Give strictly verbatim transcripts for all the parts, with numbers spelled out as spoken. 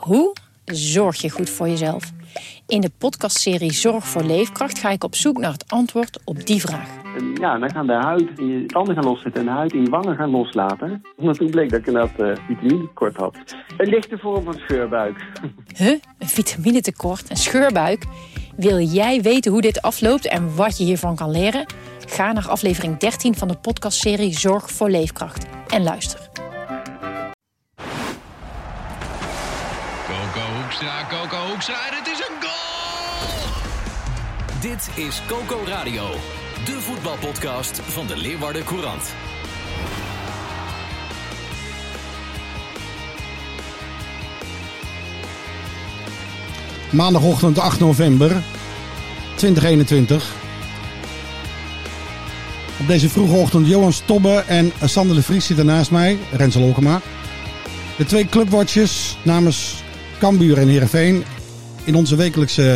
Hoe zorg je goed voor jezelf? In de podcastserie Zorg voor Leefkracht ga ik op zoek naar het antwoord op die vraag. Ja, dan gaan de huid in je tanden gaan loszetten en de huid in je wangen gaan loslaten. Omdat toen bleek dat ik inderdaad uh, vitaminetekort had. Een lichte vorm van scheurbuik. Huh? Een vitaminetekort? Een scheurbuik? Wil jij weten hoe dit afloopt en wat je hiervan kan leren? Ga naar aflevering dertien van de podcastserie Zorg voor Leefkracht en luister. Coco Hoekstra, Coco Hoekstra, het is een goal! Dit is Coco Radio, de voetbalpodcast van de Leeuwarden Courant. Maandagochtend acht november tweeduizend eenentwintig. Op deze vroege ochtend Johan Stobbe en Sander de Vries zitten naast mij, Rensel Olkema. De twee clubwatchers namens Cambuur en Heerenveen in onze wekelijkse...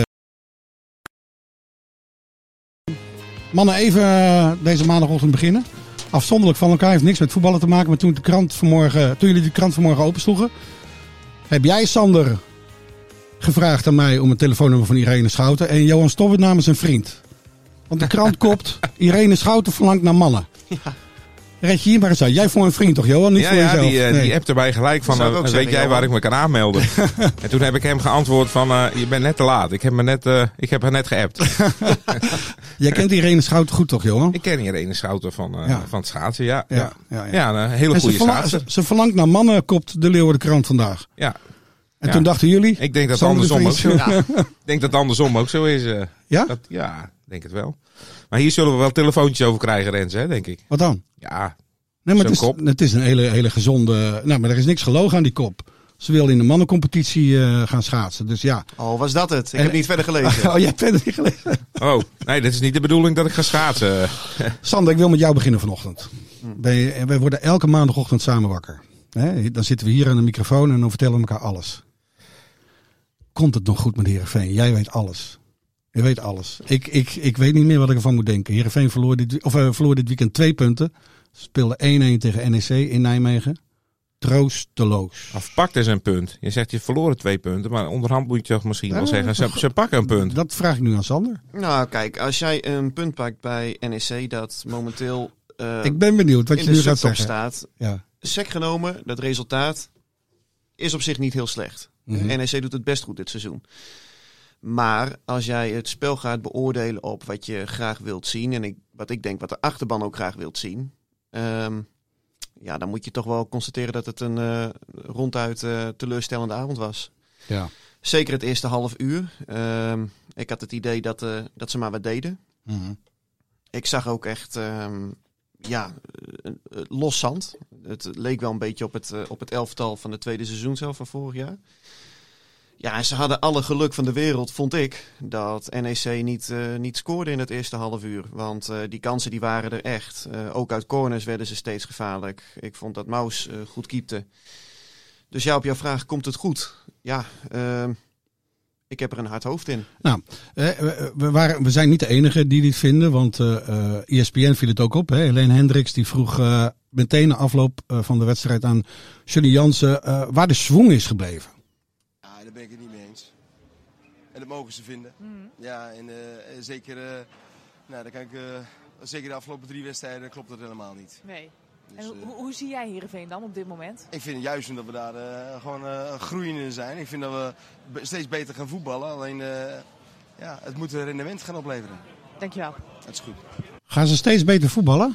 Mannen, even uh, deze maandagochtend beginnen. Afzonderlijk van elkaar, heeft niks met voetballen te maken. Maar toen, de krant vanmorgen, toen jullie de krant vanmorgen opensloegen, heb jij, Sander, gevraagd aan mij om een telefoonnummer van Irene Schouten. En Johan Stobbe namens een vriend. Want de krant kopt, Irene Schouten verlangt naar mannen. Ja. Red je hier maar eens uit. Jij voor een vriend toch, Johan? Niet ja, voor ja, jezelf? die, uh, nee. die appte mij gelijk van, uh, weet zeggen, jij Johan, waar ik me kan aanmelden? En toen heb ik hem geantwoord van, uh, je bent net te laat. Ik heb, me net, uh, ik heb haar net geappt. Jij kent Irene Schouten goed toch, Johan? Ik ken Irene Schouten van, uh, ja. van het schaatsen, ja. Ja, ja. ja, ja. ja een hele en goede ze verla- schaatser. Ze, ze verlangt naar mannen, kopt de Leeuwarden Krant vandaag. Ja. En ja. toen dachten jullie... Ik denk dat Sander andersom ook zo is. Ja. Ik denk dat het andersom ook zo is. Uh, ja? Dat, ja, ik denk het wel. Maar hier zullen we wel telefoontjes over krijgen, Rens, hè, denk ik. Wat dan? Ja, nee, maar het is, kop. het is een hele, hele gezonde... Nou, maar er is niks gelogen aan die kop. Ze wil in de mannencompetitie uh, gaan schaatsen, dus ja. Oh, was dat het? Ik en, heb niet verder gelezen. Oh, jij hebt verder niet gelezen? Oh, nee, dit is niet de bedoeling dat ik ga schaatsen. Sander, ik wil met jou beginnen vanochtend. Wij, wij worden elke maandagochtend samen wakker. He, dan zitten we hier aan de microfoon en dan vertellen we elkaar alles. Komt het nog goed met Heerenveen? Jij weet alles. Je weet alles. Ik, ik, ik weet niet meer wat ik ervan moet denken. Heerenveen verloor dit, of, uh, verloor dit weekend twee punten. Ze speelden één-één tegen N E C in Nijmegen. Troosteloos. Afpakt is een punt. Je zegt je verloren twee punten, maar onderhand moet je toch misschien ja, wel zeggen, ze, ze pakken een punt. Dat vraag ik nu aan Sander. Nou, kijk, als jij een punt pakt bij N E C dat momenteel uh, ik ben benieuwd wat je nu gaat zeggen. Staat. Ja. Sec genomen, dat resultaat is op zich niet heel slecht. Mm-hmm. N E C doet het best goed dit seizoen. Maar als jij het spel gaat beoordelen op wat je graag wilt zien, en ik, wat ik denk wat de achterban ook graag wilt zien, um, ja, dan moet je toch wel constateren dat het een uh, ronduit uh, teleurstellende avond was. Ja. Zeker het eerste half uur. Um, ik had het idee dat, uh, dat ze maar wat deden. Mm-hmm. Ik zag ook echt um, ja, uh, uh, los zand. Het leek wel een beetje op het, uh, op het elftal van de tweede seizoen zelf van vorig jaar. Ja, en ze hadden alle geluk van de wereld, vond ik, dat N E C niet, uh, niet scoorde in het eerste half uur. Want uh, die kansen die waren er echt. Uh, ook uit corners werden ze steeds gevaarlijk. Ik vond dat Maus uh, goed keepte. Dus ja, op jouw vraag, komt het goed? Ja, uh, ik heb er een hard hoofd in. Nou, uh, we, waren, we zijn niet de enige die dit vinden, want uh, uh, E S P N viel het ook op. Hè? Helene Hendricks die vroeg uh, meteen na afloop uh, van de wedstrijd aan Johnny Jansen uh, waar de schwung is gebleven. Daar ben ik het niet mee eens. En dat mogen ze vinden. Mm. Ja, en uh, zeker, uh, nou, dan kan ik, uh, zeker de afgelopen drie wedstrijden klopt dat helemaal niet. Nee. Dus, en hoe, uh, hoe zie jij Heerenveen dan op dit moment? Ik vind juist dat we daar uh, gewoon uh, groeiend in zijn. Ik vind dat we steeds beter gaan voetballen. Alleen, uh, ja, het moet een rendement gaan opleveren. Dankjewel. Dat is goed. Gaan ze steeds beter voetballen?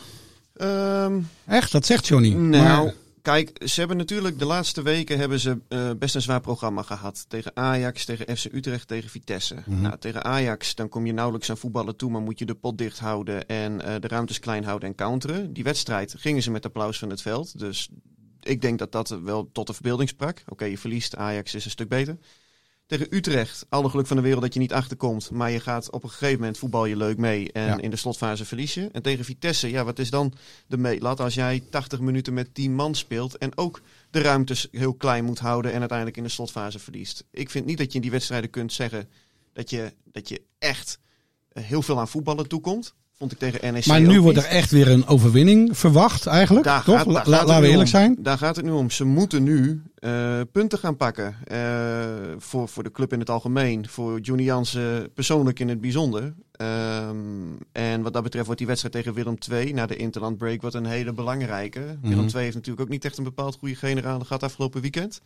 Um, Echt? Dat zegt Johnny. Nou... Maar... Kijk, ze hebben natuurlijk de laatste weken hebben ze uh, best een zwaar programma gehad. Tegen Ajax, tegen F C Utrecht, tegen Vitesse. Mm-hmm. Nou, tegen Ajax dan kom je nauwelijks aan voetballen toe, maar moet je de pot dicht houden en uh, de ruimtes klein houden en counteren. Die wedstrijd gingen ze met applaus van het veld. Dus ik denk dat dat wel tot de verbeelding sprak. Oké, okay, je verliest, Ajax is een stuk beter. Tegen Utrecht, alle geluk van de wereld dat je niet achterkomt. Maar je gaat op een gegeven moment voetbal je leuk mee. En ja. in de slotfase verlies je. En tegen Vitesse, ja, wat is dan de meetlat als jij tachtig minuten met tien man speelt. En ook de ruimtes heel klein moet houden. En uiteindelijk in de slotfase verliest. Ik vind niet dat je in die wedstrijden kunt zeggen dat je, dat je echt heel veel aan voetballen toekomt. vond ik tegen N E C. Maar nu ook wordt niet. er echt weer een overwinning verwacht eigenlijk, Daar toch? gaat- daar La- gaat la- het laten we nu eerlijk om. zijn. Daar gaat het nu om. Ze moeten nu uh, punten gaan pakken. Uh, voor, voor de club in het algemeen. Voor Johnny Jansen persoonlijk in het bijzonder. Um, en wat dat betreft wordt die wedstrijd tegen Willem twee na de Interland Break wordt een hele belangrijke. Mm-hmm. Willem twee heeft natuurlijk ook niet echt een bepaald goede generale gehad afgelopen weekend.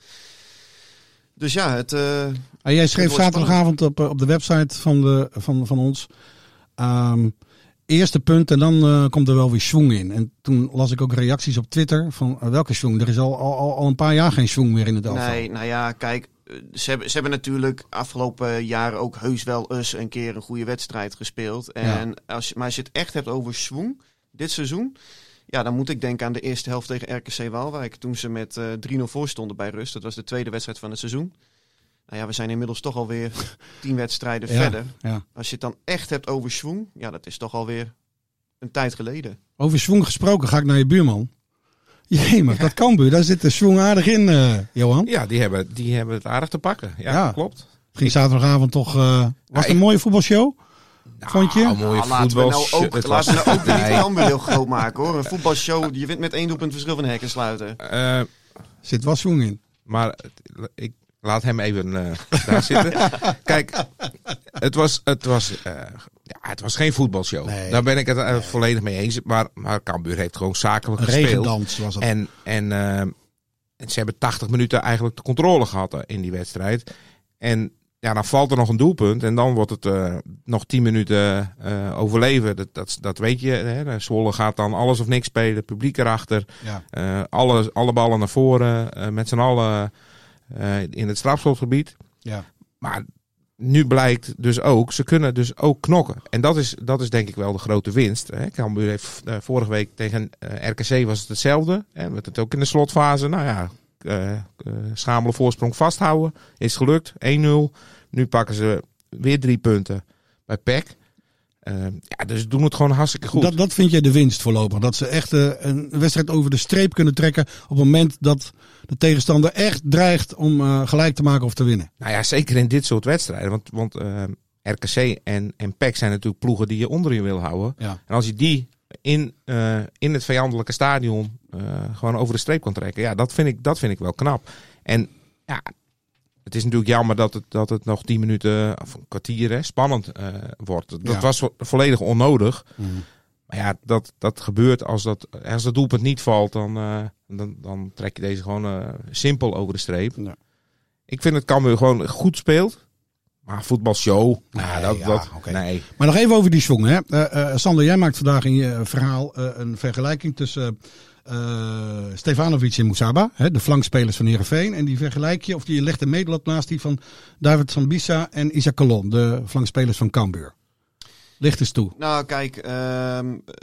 Dus ja, het... Uh, ah, jij schreef zaterdagavond op, op de website van, de, van, van ons... Um, eerste punt en dan uh, komt er wel weer schwung in. En toen las ik ook reacties op Twitter van uh, welke schwung? Er is al, al, al een paar jaar geen schwung meer in het elftal. Nee, nou ja, kijk, ze hebben, ze hebben natuurlijk afgelopen jaren ook heus wel eens een keer een goede wedstrijd gespeeld. En ja. als, maar als je het echt hebt over schwung dit seizoen, ja, dan moet ik denken aan de eerste helft tegen R K C Waalwijk. Toen ze met uh, drie nul voor stonden bij rust. Dat was de tweede wedstrijd van het seizoen. Nou ja, we zijn inmiddels toch alweer tien wedstrijden ja, verder. Ja. Als je het dan echt hebt over schwung, ja, dat is toch alweer een tijd geleden. Over schwung gesproken, ga ik naar je buurman. Jee, maar ja. dat Cambuur, daar zit de schwung aardig in, uh, Johan. Ja, die hebben, die hebben het aardig te pakken. Ja, ja. klopt. Het ging zaterdagavond toch... Uh, was ja, het een ik... mooie voetbalshow? Nou, Vond je? Nou, mooie nou, laten we nou ook, laten was... we nou ook nee. niet Cambuur heel groot maken, hoor. Een voetbalshow, je wint met één doelpunt verschil van de hekken sluiten. Uh, zit wel schwung in. Maar ik... Laat hem even uh, daar zitten. Kijk, het was, het, was, uh, ja, het was geen voetbalshow. Nee. Daar ben ik het uh, nee. volledig mee eens. Maar, maar Cambuur heeft gewoon zakelijk een gespeeld. Regendans was het. En, en, uh, en ze hebben tachtig minuten eigenlijk de controle gehad in die wedstrijd. En ja, dan valt er nog een doelpunt. En dan wordt het uh, nog tien minuten uh, overleven. Dat, dat, dat weet je. Hè. Zwolle gaat dan alles of niks spelen. Publiek erachter. Ja. Uh, alle, alle ballen naar voren. Uh, met z'n allen... Uh, in het strafschopgebied. Ja. Maar nu blijkt dus ook, ze kunnen dus ook knokken. En dat is, dat is denk ik wel de grote winst. Hè. Cambuur heeft uh, vorige week tegen uh, R K C was het hetzelfde. Hè. Met het ook in de slotfase. Nou ja, uh, uh, schamele voorsprong vasthouden. Is gelukt. één nul. Nu pakken ze weer drie punten bij P E C. Uh, ja, dus doen het gewoon hartstikke goed. Dat, dat vind jij de winst voorlopig. Dat ze echt uh, een wedstrijd over de streep kunnen trekken op het moment dat de tegenstander echt dreigt om uh, gelijk te maken of te winnen. Nou ja, zeker in dit soort wedstrijden. Want, want uh, R K C en, en P E C zijn natuurlijk ploegen die je onder je wil houden. Ja. En als je die in, uh, in het vijandelijke stadion uh, gewoon over de streep kan trekken. Ja, dat vind ik, dat vind ik wel knap. En ja... Het is natuurlijk jammer dat het, dat het nog tien minuten of een kwartier hè, spannend uh, wordt. Dat ja. was vo- volledig onnodig. Mm. Maar ja, dat, dat gebeurt als dat, als dat doelpunt niet valt, dan, uh, dan, dan trek je deze gewoon uh, simpel over de streep. Ja. Ik vind het Cambuur gewoon goed speelt. Maar voetbalshow, nee, nou, dat, ja, dat, okay. nee. Maar nog even over die schwung. Hè. Uh, uh, Sander, jij maakt vandaag in je verhaal uh, een vergelijking tussen... Uh, Stefanovic en Moussaba, hè, de flankspelers van Heerenveen. En die vergelijk je, of die legt een meetlat naast die van David Sambisa en Isaac Colon, de flankspelers van Cambuur. Licht eens toe. Nou kijk, uh,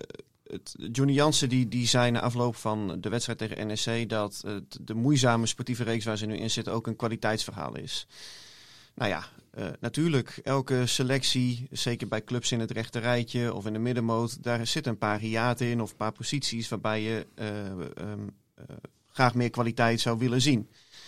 het, Johnny Jansen die, die zei na afloop van de wedstrijd tegen N E C dat het, de moeizame sportieve reeks waar ze nu in zitten ook een kwaliteitsverhaal is. Nou ja, uh, natuurlijk, elke selectie, zeker bij clubs in het rechte rijtje of in de middenmoot, daar zitten een paar hiaten in of een paar posities waarbij je uh, um, uh, graag meer kwaliteit zou willen zien.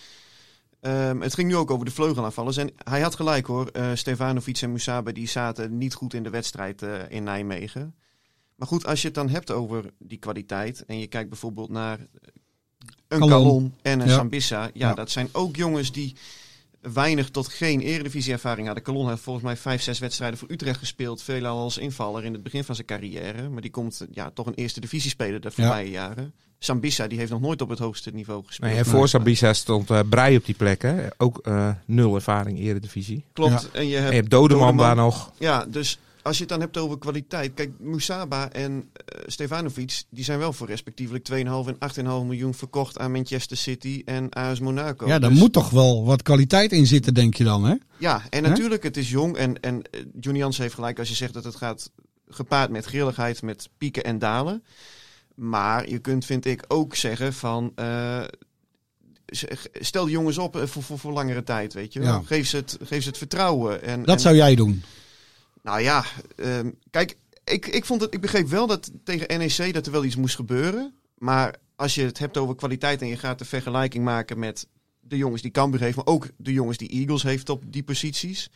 Um, het ging nu ook over de vleugelaanvallers en hij had gelijk hoor, uh, Stefanovic en Moussaba die zaten niet goed in de wedstrijd uh, in Nijmegen. Maar goed, als je het dan hebt over die kwaliteit en je kijkt bijvoorbeeld naar een Calon en een ja. Sambisa, ja, ja, dat zijn ook jongens die weinig tot geen eredivisie-ervaring hadden. Calon heeft volgens mij vijf, zes wedstrijden voor Utrecht gespeeld. Veelal als invaller in het begin van zijn carrière. Maar die komt ja, toch een eerste divisie spelen de voorbije ja. jaren. Sambisa die heeft nog nooit op het hoogste niveau gespeeld. Nee, en voor Sambisa stond uh, Breij op die plek. Hè? Ook uh, nul ervaring eredivisie. Klopt. Ja. En je hebt, en je hebt Dodeman, Dodeman daar nog. Ja, dus als je het dan hebt over kwaliteit. Kijk, Moussaba en uh, Stefanovic, die zijn wel voor respectievelijk twee komma vijf en acht komma vijf miljoen verkocht aan Manchester City en A S Monaco. Ja, daar dus, moet toch wel wat kwaliteit in zitten, denk je dan, hè? Ja, en He? natuurlijk, het is jong. En, en uh, Johnny Jansen heeft gelijk als je zegt dat het gaat gepaard met grilligheid, met pieken en dalen. Maar je kunt, vind ik, ook zeggen van... Uh, stel de jongens op voor, voor, voor langere tijd, weet je wel. Ja. Geef ze het, geef ze het vertrouwen. En, dat en, zou jij doen? Nou ja, um, kijk, ik, ik, vond het, ik begreep wel dat tegen N E C dat er wel iets moest gebeuren. Maar als je het hebt over kwaliteit en je gaat de vergelijking maken met de jongens die Cambuur heeft, maar ook de jongens die Eagles heeft op die posities.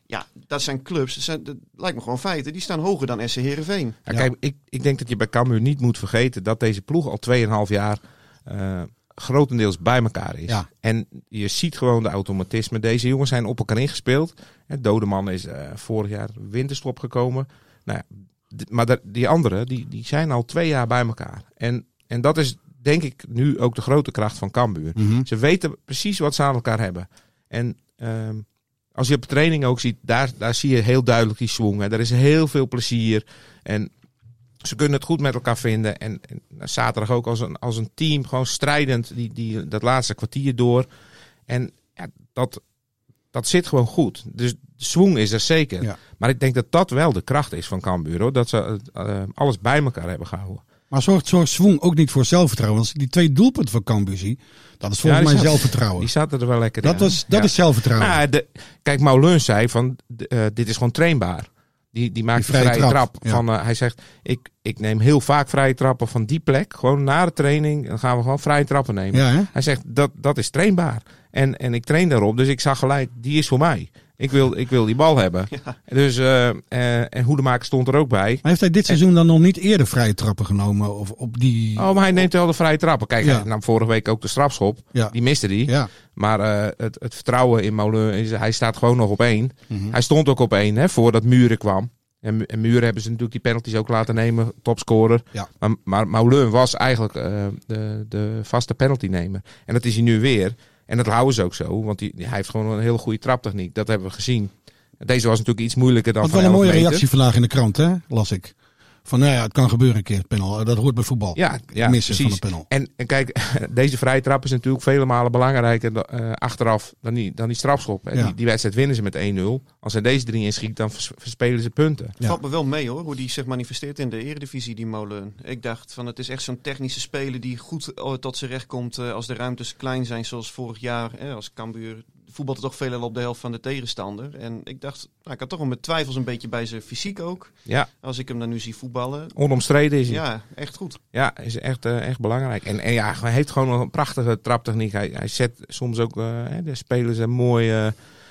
Ja, dat zijn clubs. Dat, zijn, dat lijkt me gewoon feiten. Die staan hoger dan S C Heerenveen. Ja, kijk, ik, ik denk dat je bij Cambuur niet moet vergeten dat deze ploeg al tweeënhalf jaar uh, grotendeels bij elkaar is. Ja. En je ziet gewoon de automatisme. Deze jongens zijn op elkaar ingespeeld. Dodeman is uh, vorig jaar winterstop gekomen. Nou ja, d- maar de, die anderen, die, die zijn al twee jaar bij elkaar. En, en dat is denk ik nu ook de grote kracht van Cambuur. Mm-hmm. Ze weten precies wat ze aan elkaar hebben. En um, als je op de training ook ziet, daar, daar zie je heel duidelijk die swing. Hè. Er is heel veel plezier. En ze kunnen het goed met elkaar vinden. En, en zaterdag ook als een, als een team, gewoon strijdend, die, die, dat laatste kwartier door. En ja, dat, dat zit gewoon goed. Dus de swing is er zeker. Ja. Maar ik denk dat dat wel de kracht is van Cambuur. Hoor. Dat ze uh, alles bij elkaar hebben gehouden. Maar zorgt zorg Swong ook niet voor zelfvertrouwen? Als ik die twee doelpunten van Cambuur zie, dat is volgens ja, mij zat, zelfvertrouwen. Die zaten er wel lekker dat in. Was, dat ja. is zelfvertrouwen. Nou, de, kijk, Maulun zei van, uh, dit is gewoon trainbaar. Die, die maakt die een vrije trap. trap. Ja. Van, uh, hij zegt, ik, ik neem heel vaak vrije trappen van die plek. Gewoon na de training, dan gaan we gewoon vrije trappen nemen. Ja, hè? Hij zegt, dat, dat is trainbaar. En, en ik train daarop, dus ik zag gelijk, die is voor mij. Ik wil, ik wil die bal hebben. Ja. Dus, uh, uh, en Hoedemaker stond er ook bij. Maar heeft hij dit seizoen en, dan nog niet eerder vrije trappen genomen? Of op die... Oh, maar hij neemt wel de vrije trappen. Kijk, ja. hij nam vorige week ook de strafschop. Ja. Die miste die. Ja. Maar uh, het, het vertrouwen in Maulun, is, hij staat gewoon nog op één. Mm-hmm. Hij stond ook op één, hè, voordat Muren kwam. En, en Muren hebben ze natuurlijk die penalties ook laten nemen. Topscorer. Ja. Maar, maar Maulun was eigenlijk uh, de, de vaste penaltynemer. En dat is hij nu weer. En dat houden ze ook zo. Want die, hij heeft gewoon een hele goede traptechniek. Dat hebben we gezien. Deze was natuurlijk iets moeilijker dan Wat van wel een mooie meter. reactie vandaag in de krant, hè? Las ik. Van, nou ja, het kan gebeuren een keer, panel. Dat hoort bij voetbal. Ja, ja missen precies. van een panel. En, en kijk, deze vrije trap is natuurlijk vele malen belangrijker uh, achteraf dan die, dan die strafschop. Ja. Die, die wedstrijd winnen ze met één nul. Als hij deze drie inschiet, dan vers, verspelen ze punten. Het ja. valt me wel mee hoor, hoe die zich manifesteert in de Eredivisie, die Maulun. Ik dacht van, het is echt zo'n technische speler die goed tot zijn recht komt uh, als de ruimtes klein zijn, zoals vorig jaar, hè, als Cambuur voetbalde toch veelal op de helft van de tegenstander. En ik dacht, nou, ik had toch wel met twijfels een beetje bij zijn fysiek ook. Ja. Als ik hem dan nu zie voetballen. Onomstreden is hij. Ja, echt goed. Ja, is echt, uh, echt belangrijk. En, en ja, hij heeft gewoon een prachtige traptechniek. Hij, hij zet soms ook, uh, de spelers een mooie... Uh,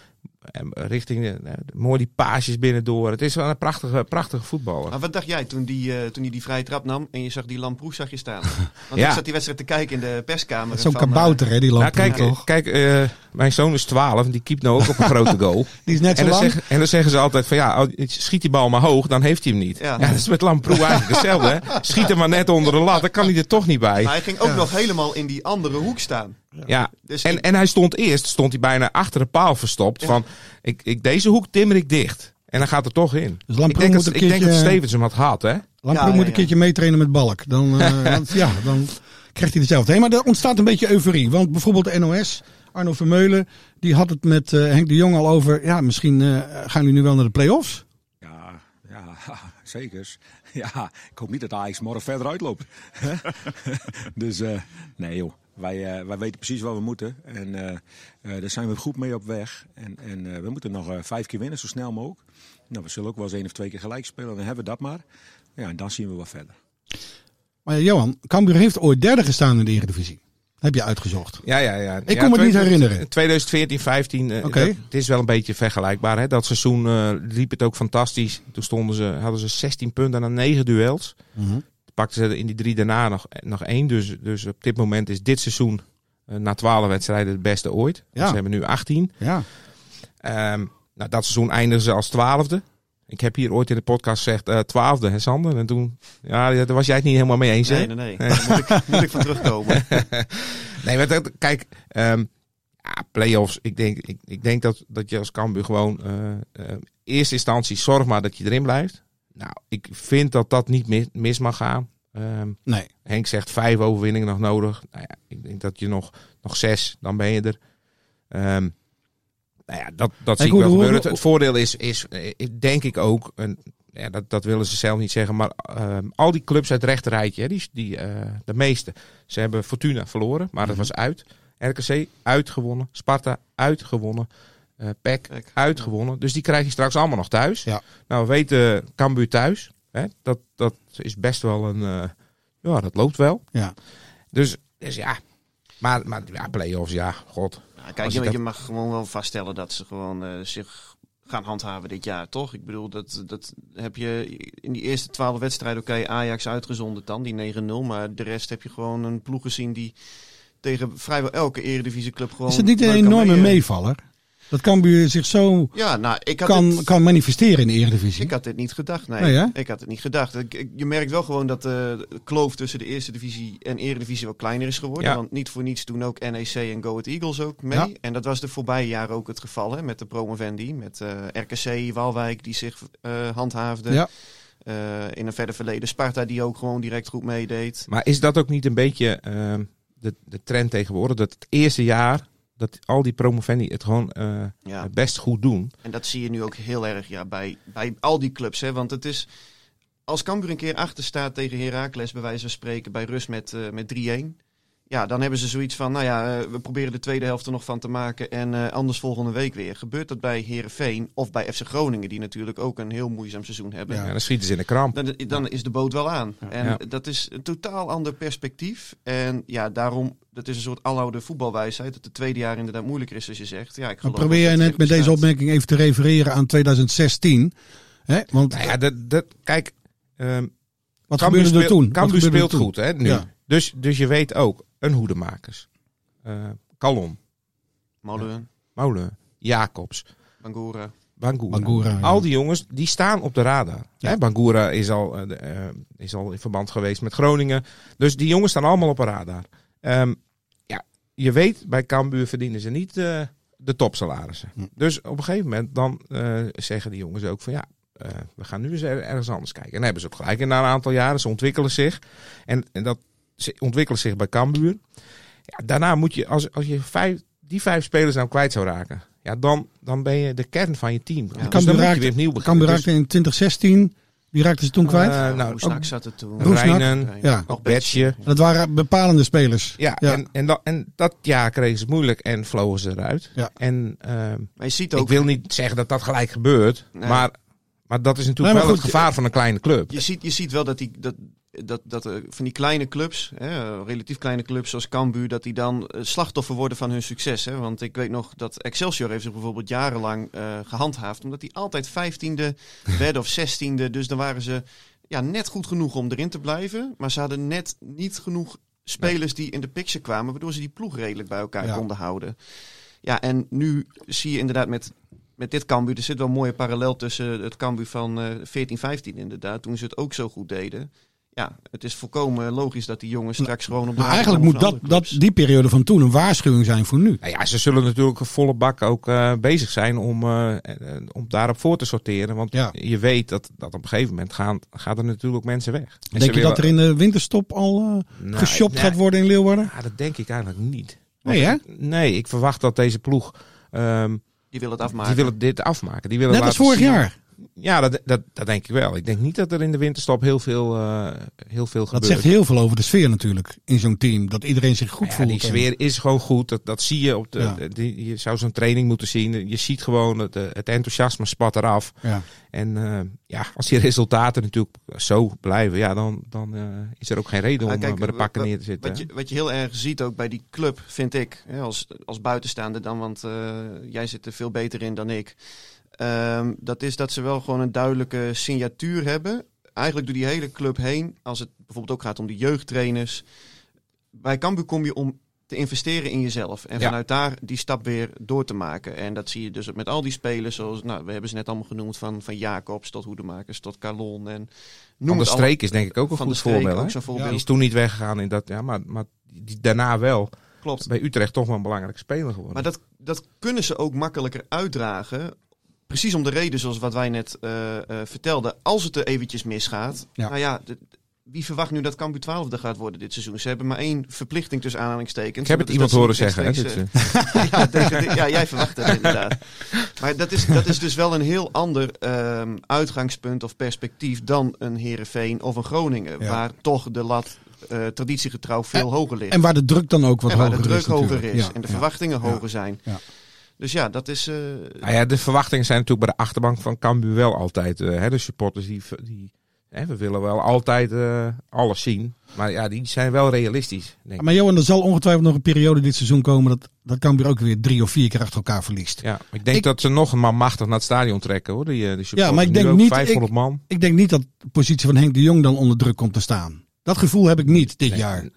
richting de, de, mooi die paasjes binnendoor. Het is wel een prachtige, prachtige voetballer. Maar wat dacht jij toen die, uh, toen hij die vrije trap nam en je zag die Lamproes zag je staan? Want ja. ik zat die wedstrijd te kijken in de perskamer. Zo'n kabouter, hè, die Lamproes, nou, kijk, toch? Kijk, uh, mijn zoon is twaalf en die keept nou ook op een grote goal. Die is net zo en dan lang. Zeg, en dan zeggen ze altijd van ja, schiet die bal maar hoog, dan heeft hij hem niet. Ja, ja dat is met Lamproes eigenlijk hetzelfde. Hè? Schiet hem maar net onder de lat, dan kan hij er toch niet bij. Maar hij ging ook ja. nog helemaal in die andere hoek staan. Ja, ja. Dus en, ik... en hij stond eerst, stond hij bijna achter de paal verstopt. Ja. Van, ik, ik, deze hoek timmer ik dicht. En dan gaat er toch in. Dus ik, denk dat, keertje... ik denk dat Stevens hem had gehad, hè? Lamproes ja, ja, moet een ja. keertje meetrainen met Balk. Dan, uh, want, ja, dan krijgt hij dezelfde. Hey, maar er ontstaat een beetje euforie. Want bijvoorbeeld de N O S, Arno Vermeulen, die had het met uh, Henk de Jong al over. Ja, misschien uh, gaan jullie nu wel naar de play-offs? Ja, ja, zeker. Ja, ik hoop niet dat Ajax morgen verder uitloopt. dus uh, nee joh. Wij, uh, wij weten precies wat we moeten. En uh, uh, daar zijn we goed mee op weg. En, en uh, we moeten nog uh, vijf keer winnen, zo snel mogelijk. Nou, we zullen ook wel eens één of twee keer gelijk spelen. Dan hebben we dat maar. Ja, en dan zien we wat verder. Maar ja, Johan, Cambuur heeft ooit derde gestaan in de Eredivisie. Heb je uitgezocht? Ja, ja, ja. Ik kon ja, me niet herinneren. twintig veertien vijftien, uh, okay. dat, het is wel een beetje vergelijkbaar. Hè? Dat seizoen uh, liep het ook fantastisch. Toen stonden ze, hadden ze zestien punten na negen duels. Mm-hmm. Pakten ze in die drie daarna nog, nog één. Dus, dus op dit moment is dit seizoen uh, na twaalf wedstrijden het beste ooit. Ja. Ze hebben nu achttien. Ja. Um, nou, dat seizoen eindigen ze als twaalfde. Ik heb hier ooit in de podcast gezegd uh, twaalfde, hè Sander? En toen, ja, daar was jij het niet helemaal mee eens, hè? Nee, nee, nee. nee. Daar moet ik, moet ik van terugkomen. nee, maar dat, kijk, um, ja, play-offs. Ik denk, ik, ik denk dat, dat je als Cambuur gewoon uh, uh, eerste instantie zorg maar dat je erin blijft. Nou, ik vind dat dat niet mis, mis mag gaan. Um, nee. Henk zegt vijf overwinningen nog nodig. Nou ja, ik denk dat je nog, nog zes, dan ben je er. Um, nou ja, dat, dat zie ik wel gebeuren. Het, het voordeel is, is, denk ik ook, en ja, dat, dat willen ze zelf niet zeggen, maar um, al die clubs uit het rechterrijtje, die, die, uh, de meeste, ze hebben Fortuna verloren, maar dat was uit. R K C uitgewonnen, Sparta uitgewonnen. Uh, P E C Pek, uitgewonnen. Ja. Dus die krijg je straks allemaal nog thuis. Ja. Nou, we weten Cambuur thuis. Hè? Dat, dat is best wel een... Uh, ja, dat loopt wel. Ja. Dus, dus ja. Maar, maar ja, play-offs, ja, god. Ja, kijk, je, dat... je mag gewoon wel vaststellen dat ze gewoon uh, zich gaan handhaven dit jaar, toch? Ik bedoel, dat, dat heb je in die eerste twaalf wedstrijden, oké, okay, Ajax uitgezonderd dan, die negen nul. Maar de rest heb je gewoon een ploeg gezien die tegen vrijwel elke eredivisieclub gewoon... Is het niet een enorme mee, meevaller? Dat Cambuur zich zo ja, nou, ik had kan, het, kan manifesteren in de Eredivisie. Ik had dit niet gedacht, nee. nee ik had het niet gedacht. Ik, ik, je merkt wel gewoon dat de kloof tussen de Eerste Divisie en Eredivisie wel kleiner is geworden. Ja. Want niet voor niets doen ook N E C en Go Ahead Eagles ook mee. Ja. En dat was de voorbije jaren ook het geval, hè, met de promovendi. Met uh, R K C, Waalwijk die zich uh, handhaafde. Ja. Uh, in een verder verleden Sparta die ook gewoon direct goed meedeed. Maar is dat ook niet een beetje uh, de, de trend tegenwoordig? Dat het eerste jaar... dat al die promovendi het gewoon uh, ja. best goed doen. En dat zie je nu ook heel erg ja, bij, bij al die clubs. Hè? Want het is, als Cambuur een keer achter staat tegen Heracles, bij wijze van spreken, bij rust met, uh, met drie-een. Ja, dan hebben ze zoiets van, nou ja, uh, we proberen de tweede helft er nog van te maken. En uh, anders volgende week weer. Gebeurt dat bij Heerenveen of bij F C Groningen, die natuurlijk ook een heel moeizaam seizoen hebben. Ja, dan schieten ze in de kramp. Dan, dan is de boot wel aan. Ja. En ja. dat is een totaal ander perspectief. En ja, daarom... Dat is een soort aloude voetbalwijsheid. Dat het tweede jaar inderdaad moeilijker is, als je zegt. Ja, ik geloof probeer jij net met deze opmerking even te refereren aan twintig zestien. Hè? Want nou ja, dat, dat, kijk... Um, wat gebeurde speel, er toen? Cambuur speelt toen? goed, hè, nu. Ja. Dus, dus je weet ook, een hoedemakers. Uh, Calon. Molen. Molen. Jacobs. Bangura. Bangura. Bangura ja. Al die jongens, die staan op de radar. Ja. Hè, Bangura is al, uh, uh, is al in verband geweest met Groningen. Dus die jongens staan allemaal op een radar. Um, ja, je weet, bij Cambuur verdienen ze niet uh, de topsalarissen. Hm. Dus op een gegeven moment dan uh, zeggen die jongens ook van ja, uh, we gaan nu eens er, ergens anders kijken. En dan hebben ze het gelijk. En na een aantal jaren, ze ontwikkelen zich. En, en dat ze ontwikkelen zich bij Cambuur. Ja, daarna moet je, als, als je vijf, die vijf spelers nou kwijt zou raken, ja, dan, dan ben je de kern van je team. Ja. Dus Cambuur raakte, Cambuur raakte in twintig zestien... Die raakten ze toen kwijt? Uh, nou, Roesnak zat er toen. Rijnen, ja. Ook Betje. Dat waren bepalende spelers. Ja, ja. En, en, dat, en dat jaar kregen ze het moeilijk en vlogen ze eruit. Ja. En uh, maar je ziet ook, ik wil niet zeggen dat dat gelijk gebeurt, nee. maar, maar dat is natuurlijk nee, wel goed, het gevaar van een kleine club. Je ziet, je ziet wel dat die... Dat, Dat, dat uh, van die kleine clubs, hè, relatief kleine clubs zoals Cambuur, dat die dan uh, slachtoffer worden van hun succes. Hè? Want ik weet nog dat Excelsior heeft zich bijvoorbeeld jarenlang uh, gehandhaafd, omdat die altijd vijftiende werden of zestiende. Dus dan waren ze ja, net goed genoeg om erin te blijven, maar ze hadden net niet genoeg spelers die in de picture kwamen, waardoor ze die ploeg redelijk bij elkaar ja. konden houden. Ja, en nu zie je inderdaad met... Met dit Cambuur, er zit wel een mooie parallel tussen het Cambuur van uh, veertien vijftien inderdaad, toen ze het ook zo goed deden. Ja, het is volkomen logisch dat die jongens straks gewoon op de... Maar eigenlijk moet dat, dat die periode van toen een waarschuwing zijn voor nu. Nou ja, ze zullen natuurlijk een volle bak ook uh, bezig zijn om, uh, om daarop voor te sorteren. Want ja. je weet dat, dat op een gegeven moment gaan, gaat er natuurlijk mensen weg. En denk je willen... dat er in de winterstop al uh, nou, geshopt nou, gaat worden in Leeuwarden? Ja, dat denk ik eigenlijk niet. Nee, hè? Nee, ik verwacht dat deze ploeg... Um, die wil het afmaken. Die willen dit afmaken. Die willen Net als vorig zien. jaar. Ja, dat, dat, dat denk ik wel. Ik denk niet dat er in de winterstop heel veel, uh, heel veel gebeurt. Dat zegt heel veel over de sfeer natuurlijk in zo'n team. Dat iedereen zich goed ja, voelt. Die sfeer is gewoon goed. Dat, dat zie je op de. Ja. Die, je zou zo'n training moeten zien. Je ziet gewoon het, het enthousiasme spat eraf. Ja. En uh, ja, als die resultaten natuurlijk zo blijven, ja, dan, dan uh, is er ook geen reden om kijk, bij de pakken neer te zitten. Wat je, wat je heel erg ziet ook bij die club, vind ik, hè, als, als buitenstaander dan, want uh, jij zit er veel beter in dan ik. Um, dat is dat ze wel gewoon een duidelijke signatuur hebben. Eigenlijk door die hele club heen. Als het bijvoorbeeld ook gaat om de jeugdtrainers. Bij Cambuur kom je om te investeren in jezelf. En ja. vanuit daar die stap weer door te maken. En dat zie je dus met al die spelers. Zoals, nou, we hebben ze net allemaal genoemd. Van, van Jacobs tot Hoedemakers tot Calon. En noem van de het Streek al, is denk ik ook een goed voorbeeld. voorbeeld. Ja, die is toen niet weggegaan. In dat, ja, maar, maar die, daarna wel. Klopt. Bij Utrecht toch wel een belangrijke speler geworden. Maar dat, dat kunnen ze ook makkelijker uitdragen. Precies om de reden zoals wat wij net uh, uh, vertelden. Als het er eventjes misgaat. Ja. Nou ja, de, wie verwacht nu dat Cambuur twaalfde gaat worden dit seizoen? Ze hebben maar één verplichting tussen aanhalingstekens. Ik heb het iemand horen zeggen. Hè, uh, ja, tegen, ja, jij verwacht het inderdaad. Maar dat is, dat is dus wel een heel ander um, uitgangspunt of perspectief dan een Heerenveen of een Groningen. Ja. Waar toch de lat uh, traditiegetrouw veel en, hoger ligt. En waar de druk dan ook wat en hoger is. En waar de druk is, hoger is. Ja. En de ja. verwachtingen ja. hoger zijn. Ja. Dus ja, dat is... Uh... Nou ja, de verwachtingen zijn natuurlijk bij de achterbank van Cambuur wel altijd. Uh, hè, de supporters die, die Hè, we willen wel altijd uh, alles zien. Maar ja, die zijn wel realistisch. Denk ik. Maar Johan, er zal ongetwijfeld nog een periode dit seizoen komen dat, dat Cambuur ook weer drie of vier keer achter elkaar verliest. Ja, maar ik denk ik, dat ze nog een man machtig naar het stadion trekken, hoor. Die, die ja, maar ik denk, niet, vijfhonderd ik, man. ik denk niet dat de positie van Henk de Jong dan onder druk komt te staan. Dat gevoel heb ik niet dit nee, jaar. Nee,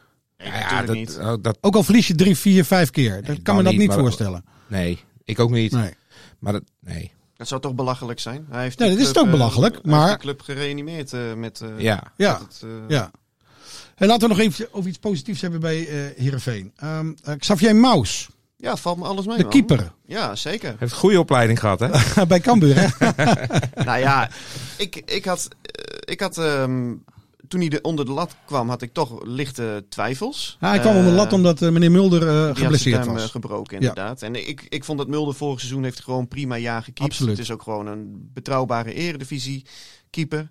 ja, ja, dat, niet. Uh, dat, ook al verlies je drie, vier, vijf keer. Nee, dat kan me dat niet, niet voorstellen. Nee, ik ook niet. Nee. Maar dat, nee. Dat zou toch belachelijk zijn? Hij heeft nee, dat is toch belachelijk. Uh, maar... Hij heeft de club gereanimeerd uh, met... Uh, ja. Ja. met het, uh... ja. En laten we nog even over iets positiefs hebben bij uh, Heerenveen. Um, uh, Xavier Maus. Ja, valt me alles mee, De man. keeper. Ja, zeker. Heeft een goede opleiding gehad, hè? bij Cambuur, hè? Nou ja, ik, ik had... Uh, ik had um, toen hij de, onder de lat kwam, had ik toch lichte twijfels. Ja, hij kwam uh, onder de lat omdat uh, meneer Mulder uh, geblesseerd was. Uh, gebroken, inderdaad. Ja. En ik, ik vond dat Mulder vorig seizoen heeft gewoon prima jaar gekiept. Absoluut. Het is ook gewoon een betrouwbare eredivisie keeper.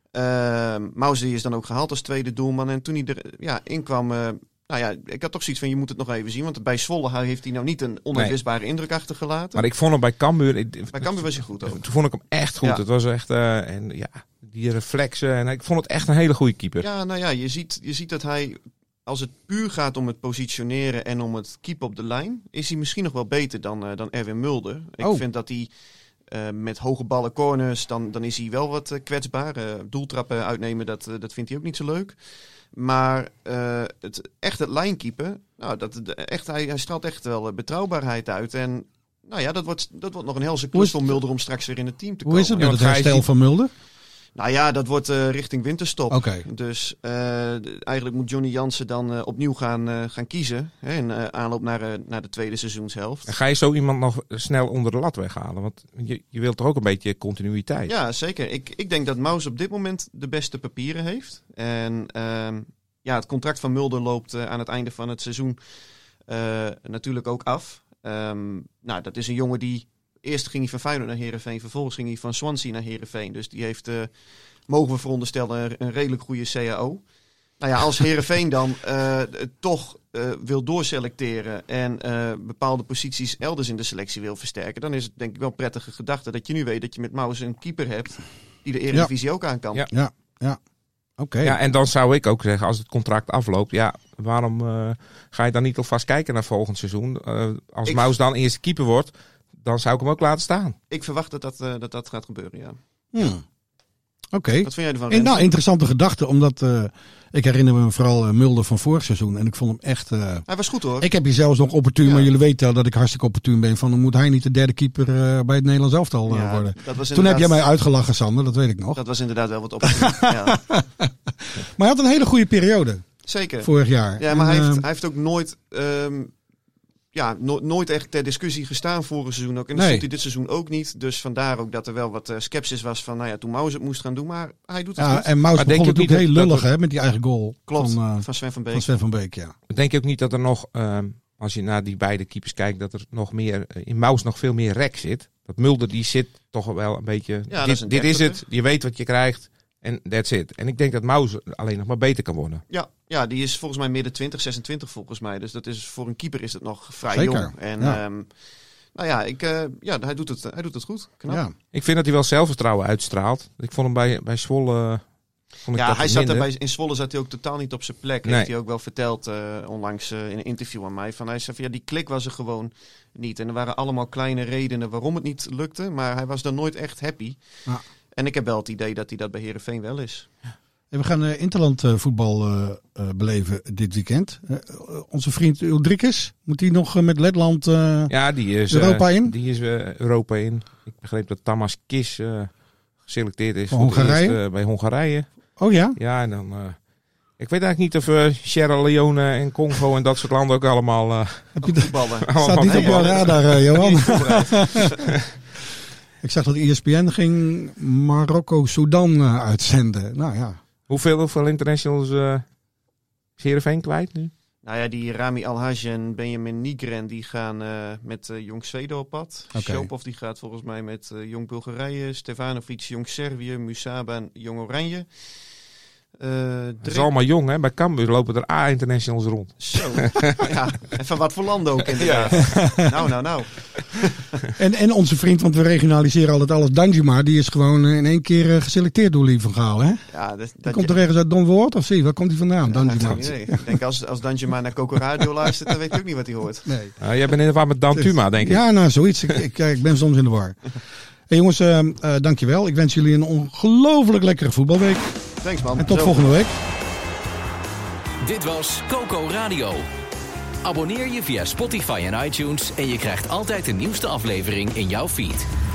Uh, Mauzi is dan ook gehaald als tweede doelman. En toen hij er ja, in kwam... Uh, nou ja, ik had toch zoiets van, je moet het nog even zien. Want bij Zwolle heeft hij nou niet een onuitwisbare nee. indruk achtergelaten. Maar ik vond hem bij Cambuur... Ik, bij Cambuur was hij goed ook. Toen vond ik hem echt goed. Ja. Het was echt... Uh, en ja, die reflexen. En ik vond het echt een hele goede keeper. Ja, nou ja, je ziet, je ziet dat hij... Als het puur gaat om het positioneren en om het keepen op de lijn... is hij misschien nog wel beter dan, uh, dan Erwin Mulder. Ik oh. vind dat hij... Uh, met hoge ballen, corners, dan, dan is hij wel wat uh, kwetsbaar. Uh, doeltrappen uitnemen, dat, uh, dat vindt hij ook niet zo leuk. Maar uh, het, echt het lijnkeepen, nou, dat, de, echt, hij, hij straalt echt wel uh, betrouwbaarheid uit. En nou ja, dat wordt, dat wordt nog een helse klus voor Mulder om straks weer in het team te Hoe komen. is het met ja, het herstel van Mulder? Nou ja, dat wordt uh, richting winterstop. Okay. Dus uh, de, eigenlijk moet Johnny Jansen dan uh, opnieuw gaan, uh, gaan kiezen. Hè, in uh, aanloop naar, uh, naar de tweede seizoenshelft. En ga je zo iemand nog snel onder de lat weghalen? Want je, je wilt toch ook een beetje continuïteit? Ja, zeker. Ik, ik denk dat Maus op dit moment de beste papieren heeft. En uh, ja, het contract van Mulder loopt uh, aan het einde van het seizoen uh, natuurlijk ook af. Um, nou, dat is een jongen die... Eerst ging hij van Feyenoord naar Heerenveen, vervolgens ging hij van Swansea naar Heerenveen. Dus die heeft, uh, mogen we veronderstellen, een redelijk goede C A O. Nou ja, als Heerenveen dan uh, toch uh, wil doorselecteren en uh, bepaalde posities elders in de selectie wil versterken, dan is het denk ik wel een prettige gedachte dat je nu weet dat je met Maus een keeper hebt die de Eredivisie ja. ook aan kan. Ja, ja. ja. Oké. Okay. Ja, en dan zou ik ook zeggen, als het contract afloopt, ja, waarom uh, ga je dan niet alvast kijken naar volgend seizoen? Uh, als ik... Maus dan eerste keeper wordt, dan zou ik hem ook laten staan. Ik verwacht dat dat, uh, dat, dat gaat gebeuren, ja. Hmm. Oké. Okay. Wat vind jij ervan? En, nou, interessante gedachte, omdat uh, ik herinner me vooral uh, Mulder van vorig seizoen. En ik vond hem echt... Uh, hij was goed hoor. Ik heb hier zelfs nog opportun, ja. maar jullie weten dat ik hartstikke opportun ben. Van, moet hij niet de derde keeper uh, bij het Nederlands elftal uh, ja, worden? Toen inderdaad... heb jij mij uitgelachen, Sander, dat weet ik nog. Dat was inderdaad wel wat opportun. ja. Maar hij had een hele goede periode. Zeker. Vorig jaar. Ja, maar en, hij, uh, heeft, hij heeft ook nooit... Um, Ja, no- nooit echt ter discussie gestaan vorig seizoen ook. En dat nee. stond hij dit seizoen ook niet. Dus vandaar ook dat er wel wat uh, sceptisch was van, nou ja, toen Maus het moest gaan doen. Maar hij doet het ja, goed. En Maus begon natuurlijk heel lullig, dat... hè, met die eigen goal. Klopt, van, uh, van Sven van Beek. Van Sven van Beek, ja. Denk je ook niet dat er nog, uh, als je naar die beide keepers kijkt, dat er nog meer, uh, in Maus nog veel meer rek zit? Dat Mulder, die zit toch wel een beetje, ja, dit, is, een dit is het, je weet wat je krijgt. En that's it. En ik denk dat Maus alleen nog maar beter kan worden. Ja, ja, die is volgens mij midden twintig, zesentwintig volgens mij. Dus dat is, voor een keeper is het nog vrij Zeker. jong. En ja. Um, nou ja, ik, uh, ja hij, doet het, hij doet het goed. Knap. Ja. Ik vind dat hij wel zelfvertrouwen uitstraalt. Ik vond hem bij, bij Zwolle... Vond ik ja, dat hij zat er bij, minder. in Zwolle zat hij ook totaal niet op zijn plek. Nee. Heeft hij ook wel verteld uh, onlangs uh, in een interview aan mij. Van, hij zei van, ja, die klik was er gewoon niet. En er waren allemaal kleine redenen waarom het niet lukte. Maar hij was dan nooit echt happy. Ja. En ik heb wel het idee dat hij dat bij Heerenveen wel is. En we gaan uh, interland uh, voetbal uh, uh, beleven dit weekend. Uh, onze vriend Ulrikes, moet hij nog uh, met Letland uh, ja, die is, Europa uh, in? Die is uh, Europa in. Ik begreep dat Tamas Kis uh, geselecteerd is voor voor Hongarije? Eerst, uh, bij Hongarije. Oh ja? Ja, en dan... Uh, ik weet eigenlijk niet of uh, Sierra Leone en Congo en dat soort landen ook allemaal... Uh, Heb je de, voetballen. Staat niet op jouw radar, uh, Johan. Ik zag dat E S P N ging Marokko-Sudan uh, uitzenden. Nou ja. Hoeveel, hoeveel internationals uh, is Heerenveen kwijt nu? Nou ja, die Rami Alhaj en Benjamin Nigren die gaan uh, met uh, Jong Zweden op pad. Okay. Shopov die gaat volgens mij met uh, Jong Bulgarije. Stefanovic, Jong Servië. Musaba en Jong Oranje. Uh, Het is allemaal jong, hè? Bij Cambuur lopen er A-internationals rond. Zo, ja. En van wat voor landen ook inderdaad. Ja. Nou, nou, nou. en, en onze vriend, want we regionaliseren altijd alles, Danjuma, die is gewoon in één keer uh, geselecteerd door Louis van Gaal. Hè? Ja, dat, dat komt je... er ergens uit Don Woord of zie? Waar komt hij vandaan? Ja, Danjuma. Ik denk als, als Danjuma naar Coco Radio luistert, dan weet ik ook niet wat hij hoort. Nee. Uh, jij bent in de war met Dantuma, denk ik. Ja, nou zoiets. ik, ik, ik ben soms in de war. Hey, jongens, uh, uh, dankjewel. Ik wens jullie een ongelooflijk lekkere voetbalweek. Thanks man. En tot Zo. volgende week. Dit was Coco Radio. Abonneer je via Spotify en iTunes en je krijgt altijd de nieuwste aflevering in jouw feed.